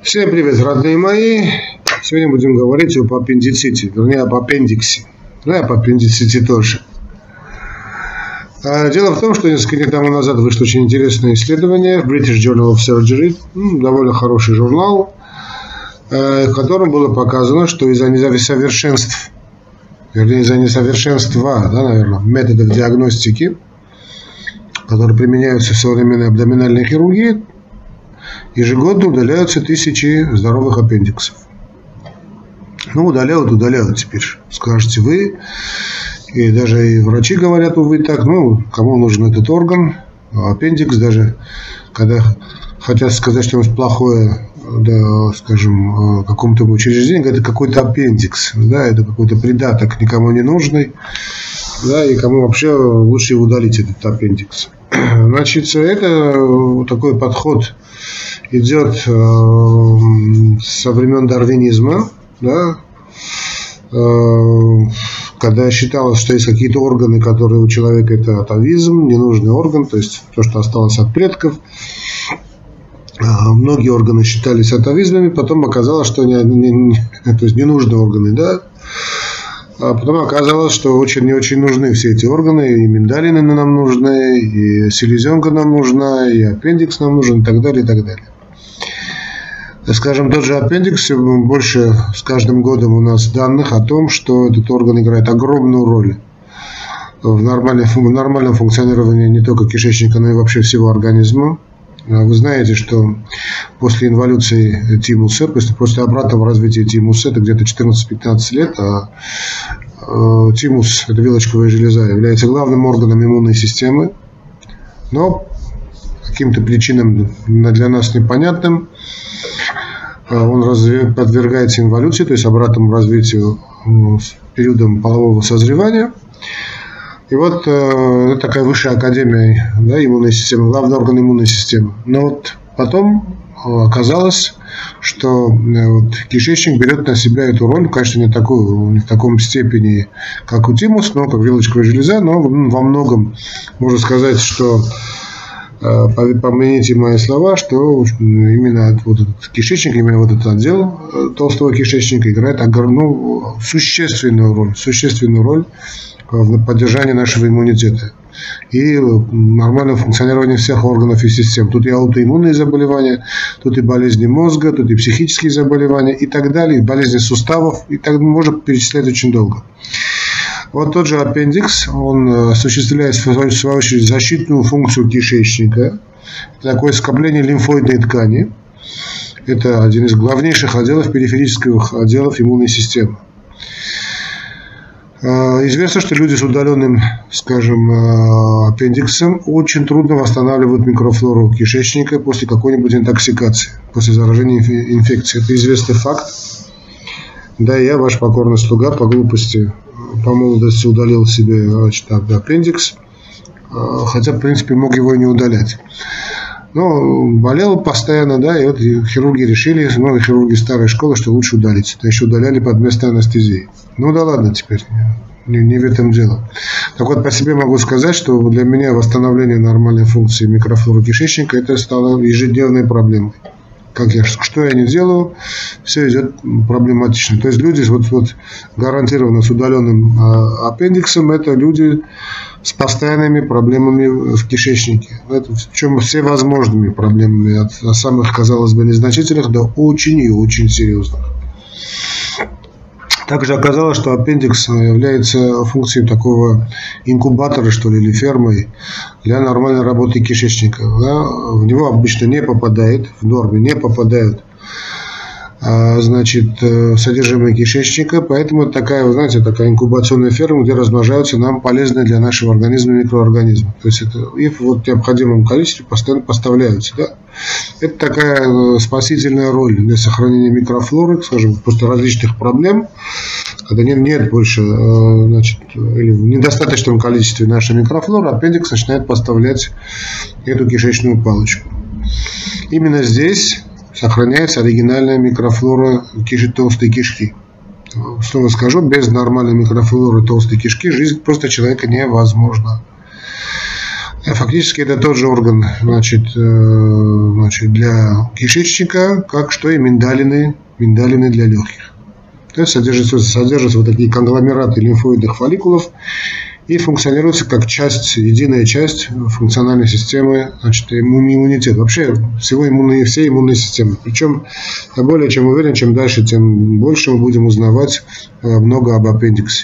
Всем привет, родные мои! Сегодня будем говорить об аппендиците, вернее об аппендиксе. Ну и об аппендиците тоже. Дело в том, что несколько дней тому назад вышло очень интересное исследование в British Journal of Surgery, довольно хороший журнал, в котором было показано, что из-за несовершенства методов диагностики, которые применяются в современной абдоминальной хирургии, ежегодно удаляются тысячи здоровых аппендиксов. Ну, удаляют теперь, скажете вы. И даже и врачи говорят, увы, так, кому нужен этот орган, аппендикс, даже когда хотят сказать что-нибудь плохое, да, скажем, какому-то учреждению, это какой-то аппендикс, да, это какой-то придаток никому не нужный, да, и кому вообще лучше удалить этот аппендикс. Значит, это такой подход идет со времен дарвинизма, да, когда считалось, что есть какие-то органы, которые у человека это атовизм, ненужный орган, то есть то, что осталось от предков. Многие органы считались атовизмами, потом оказалось, что то есть ненужные органы, да. А потом оказалось, что очень не очень нужны все эти органы, и миндалины нам нужны, и селезенка нам нужна, и аппендикс нам нужен, и так далее, и так далее. Скажем, тот же аппендикс, больше с каждым годом у нас данных о том, что этот орган играет огромную роль в нормальном функционировании не только кишечника, но и вообще всего организма. Вы знаете, что после инволюции тимуса, после обратного развития тимуса, это где-то 14-15 лет, тимус, это вилочковая железа, является главным органом иммунной системы, но каким-то причинам для нас непонятным он подвергается инволюции, то есть обратному развитию с периодом полового созревания. И вот это такая высшая академия, да, иммунной системы, главный орган иммунной системы. Но вот потом оказалось, что кишечник берет на себя эту роль, конечно, не в таком степени, как у тимус, но как вилочковая железа, но во многом можно сказать, что, помяните мои слова, что именно вот этот кишечник, именно вот этот отдел толстого кишечника играет существенную роль в поддержании нашего иммунитета и нормального функционирования всех органов и систем. Тут и аутоиммунные заболевания, тут и болезни мозга, тут и психические заболевания и так далее, и болезни суставов, и так можно перечислять очень долго. Вот тот же аппендикс, он осуществляет в свою очередь защитную функцию кишечника. Это такое скопление лимфоидной ткани. Это один из главнейших отделов, периферических отделов иммунной системы. Известно, что люди с удаленным, скажем, аппендиксом очень трудно восстанавливают микрофлору кишечника после какой-нибудь интоксикации, после заражения инфекцией. Это известный факт. Да, я, ваш покорный слуга, по глупости, по молодости удалил себе, аппендикс, хотя, в принципе, мог его и не удалять. Но болел постоянно, да, и вот хирурги решили, многие хирурги старой школы, что лучше удалить. Это еще удаляли под местной анестезией. Ну да ладно теперь, не в этом дело. Так вот, по себе могу сказать, что для меня восстановление нормальной функции микрофлоры кишечника это стало ежедневной проблемой. Что я не делаю, все идет проблематично. То есть люди гарантированно с удаленным аппендиксом, это люди с постоянными проблемами в кишечнике. Причем всевозможными проблемами, от самых, казалось бы, незначительных до очень и очень серьезных. Также оказалось, что аппендикс является функцией такого инкубатора, что ли, или фермой для нормальной работы кишечника. Да? В него обычно не попадает, в норме не попадают содержимое кишечника, поэтому это такая, вы знаете, такая инкубационная ферма, где размножаются нам полезные для нашего организма микроорганизмы. То есть их в необходимом количестве постоянно поставляются. Да? Это такая спасительная роль для сохранения микрофлоры, скажем, после различных проблем, когда нет больше, или в недостаточном количестве нашей микрофлоры, аппендикс начинает поставлять эту кишечную палочку. Именно здесь сохраняется оригинальная микрофлора толстой кишки. Снова скажу, без нормальной микрофлоры толстой кишки жизнь просто человека невозможна. Фактически это тот же орган, значит, для кишечника, как что и миндалины для легких. То есть содержатся вот такие конгломераты лимфоидных фолликулов и функционируется как единая часть функциональной системы, значит, иммунитета. Вообще всей иммунной системы. Причем я более чем уверен, чем дальше, тем больше мы будем узнавать много об аппендиксе.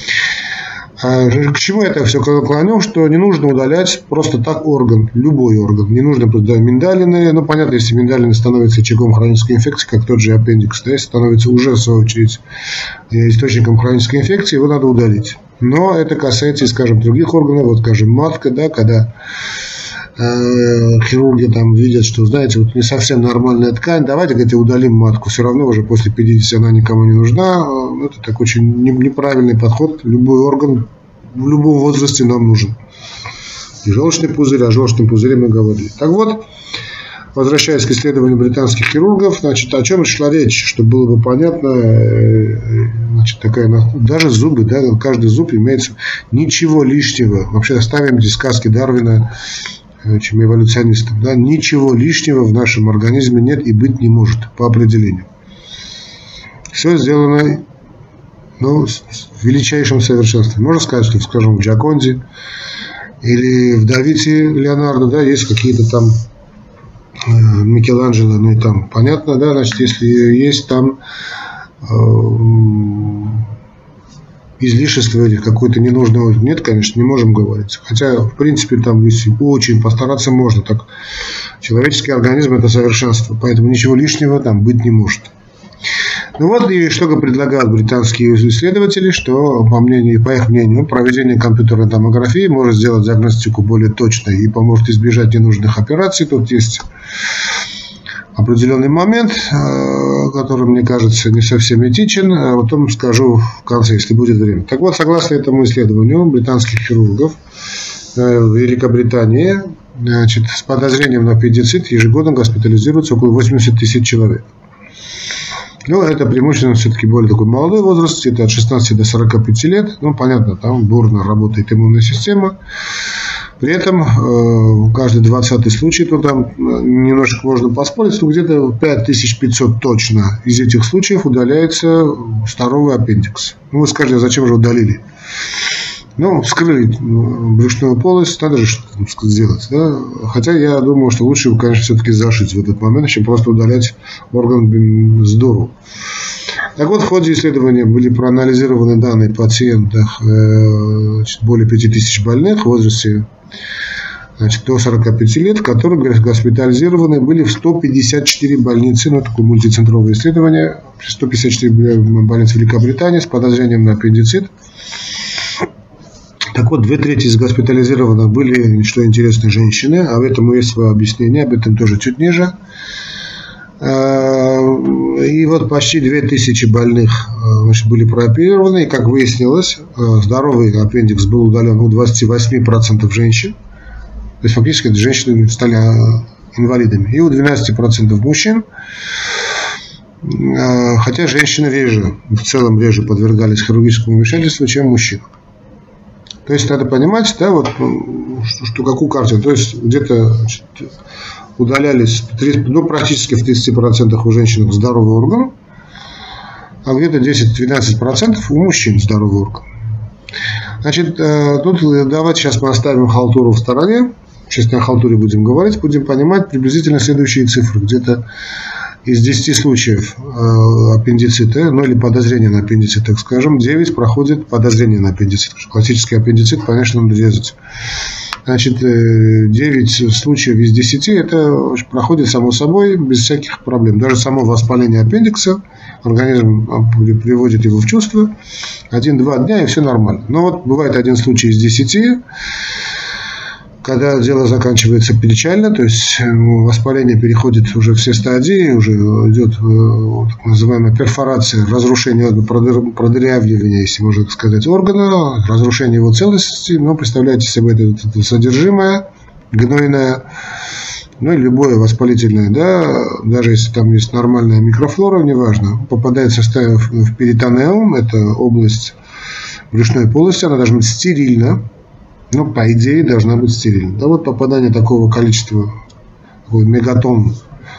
К чему это все клоню? Что не нужно удалять просто так орган, любой орган. Не нужно просто миндалины. Ну, понятно, если миндалины становятся очагом хронической инфекции, как тот же аппендикс, да, становится уже, в свою очередь, источником хронической инфекции, его надо удалить. Но это касается, скажем, других органов. Вот, скажем, матка, да, когда хирурги там видят, что, знаете, вот не совсем нормальная ткань, давайте, говорите, удалим матку, все равно уже после 50 она никому не нужна. Это так очень неправильный подход. Любой орган в любом возрасте нам нужен. И желчный пузырь, о желчном пузыре мы говорили. Так вот, возвращаясь к исследованию британских хирургов, значит, о чем шла речь, чтобы было бы понятно, значит, даже зубы, да, каждый зуб имеется ничего лишнего. Вообще оставим эти сказки Дарвина, чем эволюционистам, да, ничего лишнего в нашем организме нет и быть не может по определению. Все сделано, ну, с величайшим совершенством. Можно сказать, что, скажем, в Джоконде или в Давиде Леонардо, да, есть какие-то там Микеланджело, ну и там понятно, да, значит, если есть там излишество или какой-то ненужного, нет, конечно, не можем говорить. Хотя, в принципе, там, если очень постараться, можно. Так, человеческий организм – это совершенство, поэтому ничего лишнего там быть не может. Ну вот, и что предлагают британские исследователи, что, по их мнению, проведение компьютерной томографии может сделать диагностику более точной и поможет избежать ненужных операций. Тут есть определенный момент, который, мне кажется, не совсем этичен, а потом скажу в конце, если будет время. Так вот, согласно этому исследованию британских хирургов в Великобритании, значит, с подозрением на аппендицит ежегодно госпитализируется около 80 тысяч человек. Ну, это преимущественно все-таки более такой молодой возраст, это от 16 до 45 лет. Ну, понятно, там бурно работает иммунная система. При этом каждый 20-й случай, то там немножко можно поспорить, но где-то 5500 точно из этих случаев удаляется здоровый аппендикс. Ну, вы скажете, а зачем же удалили? Ну, вскрыли брюшную полость, надо же что-то сделать. Да? Хотя я думаю, что лучше, конечно, все-таки зашить в этот момент, чем просто удалять орган здорово. Так вот, в ходе исследования были проанализированы данные пациентах, более 5000 больных в возрасте, значит, до 45 лет, которые госпитализированы были в 154 больницы, ну, такое мультицентровое исследование, 154 больницы в Великобритании с подозрением на аппендицит. Так вот, 2/3 из госпитализированных были, что интересно, женщины, а в этом есть свое объяснение, об этом тоже чуть ниже. И вот почти 2000 больных, значит, были прооперированы, и, как выяснилось, здоровый аппендикс был удален у 28% женщин, то есть фактически женщины стали инвалидами, и у 12% мужчин, хотя женщины в целом реже подвергались хирургическому вмешательству, чем мужчины. То есть надо понимать, да, вот, что какую картину, то есть где-то, значит, удалялись практически в 30% у женщин здоровый орган, а где-то 10-12% у мужчин здоровый орган. Значит, тут давайте сейчас мы оставим халтуру в стороне. Сейчас не о халтуре будем говорить, будем понимать приблизительно следующие цифры. Где-то из 10 случаев аппендицита, ну или подозрения на аппендицит, так скажем, 9 проходит подозрение на аппендицит. Классический аппендицит, конечно, надо резать. Значит, 9 случаев из 10 это проходит само собой, без всяких проблем. Даже само воспаление аппендикса, организм приводит его в чувство, 1-2 дня и все нормально. Но вот бывает один случай из 10, когда дело заканчивается печально, то есть воспаление переходит уже все стадии, уже идет так называемая перфорация, разрушение, продырявливание, если можно так сказать, органа, разрушение его целостности. Но представляете себе это содержимое гнойное, ну и любое воспалительное, да, даже если там есть нормальная микрофлора, неважно, попадает в перитонеум, это область брюшной полости, она должна быть стерильна. ну, по идее, должна быть стерильна. Да вот попадание такого количества, такой мегатон,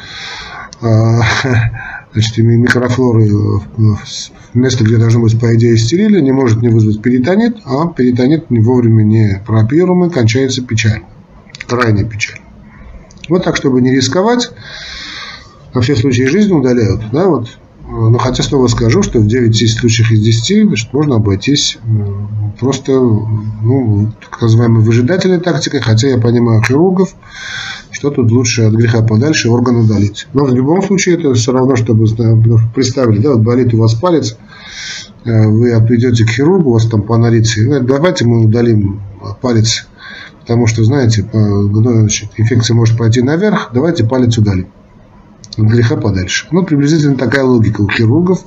значит, микрофлоры в место, где должно быть, по идее, стерильно, не может не вызвать перитонит, а перитонит вовремя не прооперируемый, кончается печаль, крайне печаль. Вот так, чтобы не рисковать, во все случаи жизни удаляют, да, вот. Но хотя снова скажу, что в 9 случаях из 10, значит, можно обойтись просто, ну, так называемой выжидательной тактикой, хотя я понимаю хирургов, что тут лучше от греха подальше орган удалить. Но в любом случае это все равно, чтобы представили, да, вот болит у вас палец, вы идете к хирургу, у вас там по аналитике, давайте мы удалим палец, потому что, знаете, значит, инфекция может пойти наверх, давайте палец удалим. От греха подальше. Ну, приблизительно такая логика у хирургов.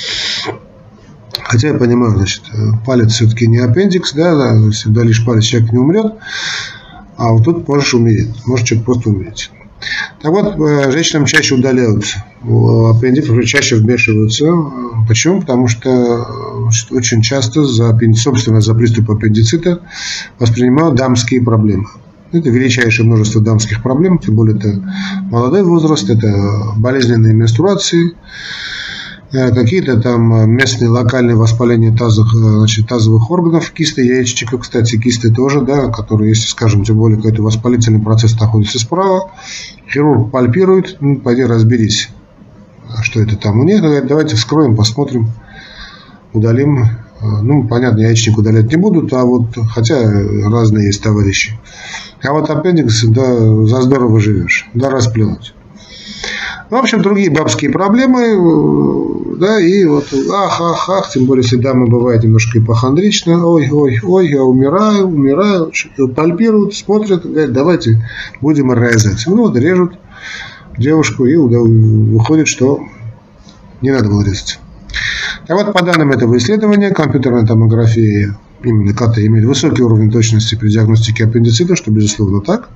Хотя я понимаю, значит, палец все-таки не аппендикс, да, если удалишь палец, человек не умрет, а вот тут можешь умереть, может человек просто умереть. Так вот, женщинам чаще удаляют аппендикс, уже чаще вмешиваются. Почему? Потому что, значит, очень часто собственно за приступ аппендицита воспринимают дамские проблемы. Это величайшее множество дамских проблем, тем более это молодой возраст, это болезненные менструации, какие-то там местные локальные воспаления тазовых органов, кисты яичника, кстати, кисты тоже, да, которые, если, скажем, тем более какой-то воспалительный процесс находится справа, хирург пальпирует, ну, пойди разберись, что это там у них, давайте вскроем, посмотрим, удалим. Ну, понятно, яичник удалять не будут, а вот, хотя разные есть товарищи. А вот аппендикс, да, за здорово живешь, да, расплюнуть. В общем, другие бабские проблемы, да, и вот ах, тем более, если дама бывает немножко ипохондрична, ой, я умираю, пальпируют, смотрят, говорят, давайте будем резать. Ну, вот режут девушку, и выходит, что не надо было резать. А вот по данным этого исследования, компьютерная томография, именно КТ, имеет высокий уровень точности при диагностике аппендицита, что безусловно так.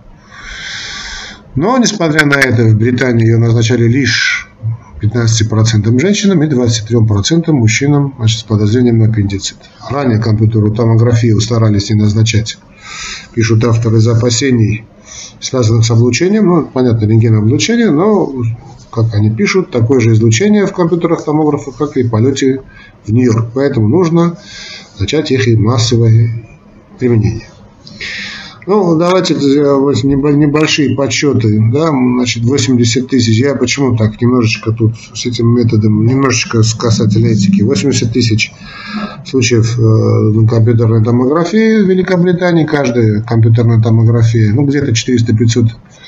Но, несмотря на это, в Британии ее назначали лишь 15% женщинам и 23% мужчинам, значит, с подозрением на аппендицит. Ранее компьютерную томографию старались не назначать, пишут авторы, из опасений, связанных с облучением. Ну, понятно, рентгеноблучение, но, как они пишут, такое же излучение в компьютерах томографов, как и в полете в Нью-Йорк. Поэтому нужно начать их и массовое применение. Ну, давайте небольшие подсчеты, да, значит, 80 тысяч, я почему так немножечко тут с этим методом, немножечко касательно этики, 80 тысяч случаев компьютерной томографии в Великобритании, каждая компьютерная томография, ну, где-то 400-500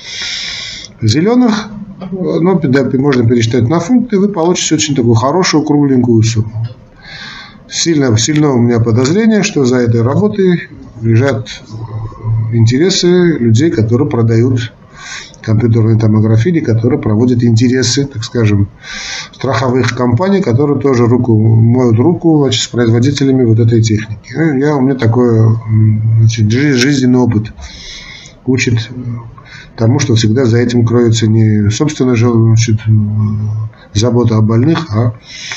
зеленых, ну, можно пересчитать на фунты, вы получите очень такую хорошую кругленькую сумму. Сильно у меня подозрение, что за этой работой лежат интересы людей, которые продают компьютерные томографии, которые проводят интересы, так скажем, страховых компаний, которые тоже моют руку, значит, с производителями вот этой техники. У меня такой, значит, жизненный опыт учит тому, что всегда за этим кроется не собственно, значит, забота о больных, а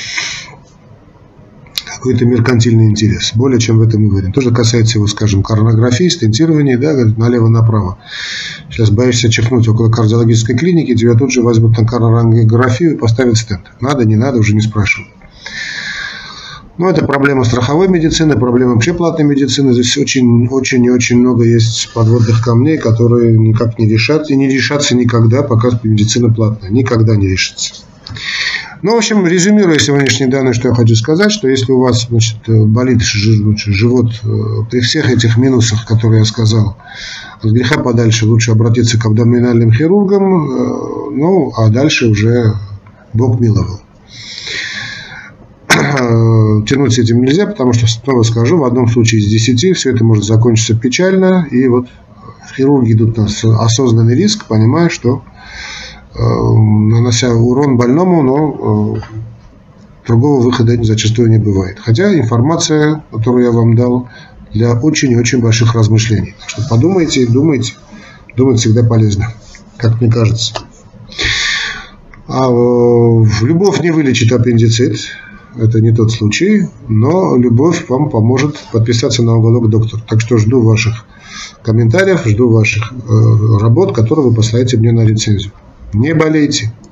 какой-то меркантильный интерес, более чем в этом уверен. То же касается его, скажем, коронографии, стентирования, да, налево-направо. Сейчас боишься чихнуть около кардиологической клиники, тебя тут же возьмут на коронографию и поставят стенд. Надо, не надо, уже не спрашивают. Но это проблема страховой медицины, проблема вообще платной медицины. Здесь очень много есть подводных камней, которые никак не решат и не решатся никогда, пока медицина платная. Никогда не решится. Ну, в общем, резюмируя сегодняшние данные, что я хочу сказать, что если у вас, значит, болит живот при всех этих минусах, которые я сказал, от греха подальше лучше обратиться к абдоминальным хирургам, ну, а дальше уже Бог миловал. Тянуть с этим нельзя, потому что, снова скажу, в одном случае из 10 все это может закончиться печально, и вот хирурги идут на осознанный риск, понимая, что нанося урон больному, но другого выхода зачастую не бывает. Хотя информация, которую я вам дал, для очень и очень больших размышлений. Так что подумайте и думайте. Думать всегда полезно, как мне кажется. Любовь не вылечит аппендицит. это не тот случай, но любовь вам поможет подписаться на уголок доктор. Так что жду ваших комментариев, жду ваших работ, которые вы поставите мне на рецензию. Не болейте.